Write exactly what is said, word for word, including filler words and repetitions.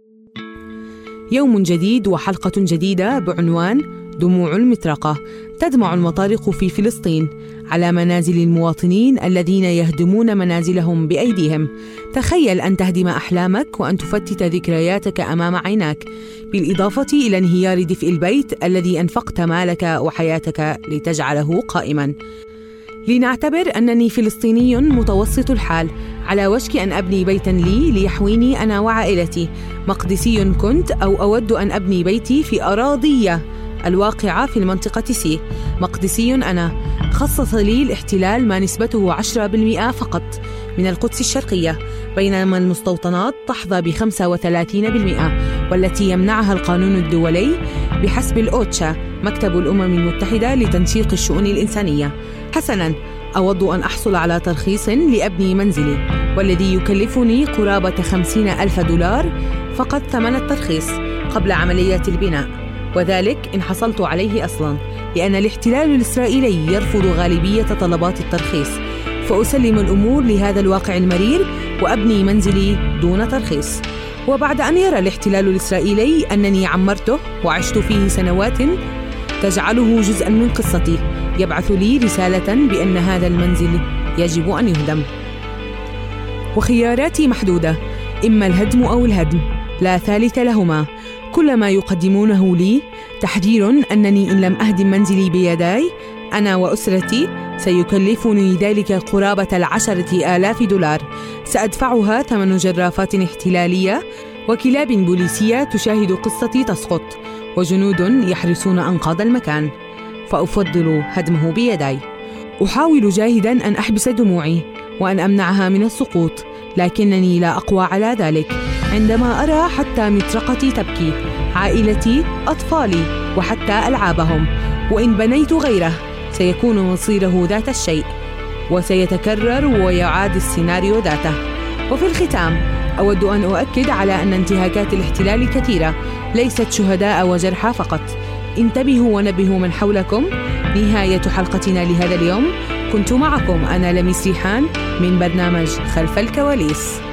يوم جديد وحلقة جديدة بعنوان دموع المطرقة. تدمع المطارق في فلسطين على منازل المواطنين الذين يهدمون منازلهم بأيديهم. تخيل أن تهدم أحلامك وأن تفتت ذكرياتك أمام عيناك، بالإضافة إلى انهيار دفء البيت الذي أنفقت مالك وحياتك لتجعله قائماً. لنعتبر أنني فلسطيني متوسط الحال على وشك أن أبني بيتاً لي ليحويني أنا وعائلتي. مقدسي كنت أو أود أن أبني بيتي في أراضية الواقعة في المنطقة سي. مقدسي أنا. خصص لي الاحتلال ما نسبته عشرة بالمئة فقط من القدس الشرقية، بينما المستوطنات تحظى بخمسة وثلاثين بالمئة، والتي يمنعها القانون الدولي بحسب الأوتشا، مكتب الأمم المتحدة لتنسيق الشؤون الإنسانية. حسناً، أود أن أحصل على ترخيص لأبني منزلي، والذي يكلفني قرابة خمسين ألف دولار فقط ثمن الترخيص قبل عملية البناء، وذلك إن حصلت عليه أصلاً، لأن الاحتلال الإسرائيلي يرفض غالبية طلبات الترخيص. فأسلم الأمور لهذا الواقع المرير وأبني منزلي دون ترخيص. وبعد أن يرى الاحتلال الإسرائيلي أنني عمرته وعشت فيه سنوات تجعله جزءاً من قصتي، يبعث لي رسالة بأن هذا المنزل يجب أن يهدم. وخياراتي محدودة، إما الهدم أو الهدم، لا ثالث لهما. كل ما يقدمونه لي تحذير أنني إن لم أهدم منزلي بيداي أنا وأسرتي سيكلفني ذلك قرابة العشرة آلاف دولار، سأدفعها ثمن جرافات احتلالية وكلاب بوليسية تشاهد قصتي تسقط، وجنود يحرسون أنقاض المكان. فأفضل هدمه بيداي. أحاول جاهداً أن أحبس دموعي وأن أمنعها من السقوط، لكنني لا أقوى على ذلك. عندما أرى حتى مطرقتي تبكي، عائلتي، أطفالي، وحتى ألعابهم، وإن بنيت غيره سيكون مصيره ذات الشيء، وسيتكرر ويعاد السيناريو ذاته. وفي الختام أود أن أؤكد على أن انتهاكات الاحتلال كثيرة، ليست شهداء وجرحى فقط. انتبهوا ونبهوا من حولكم. نهاية حلقتنا لهذا اليوم. كنت معكم أنا لميس ريحان من برنامج خلف الكواليس.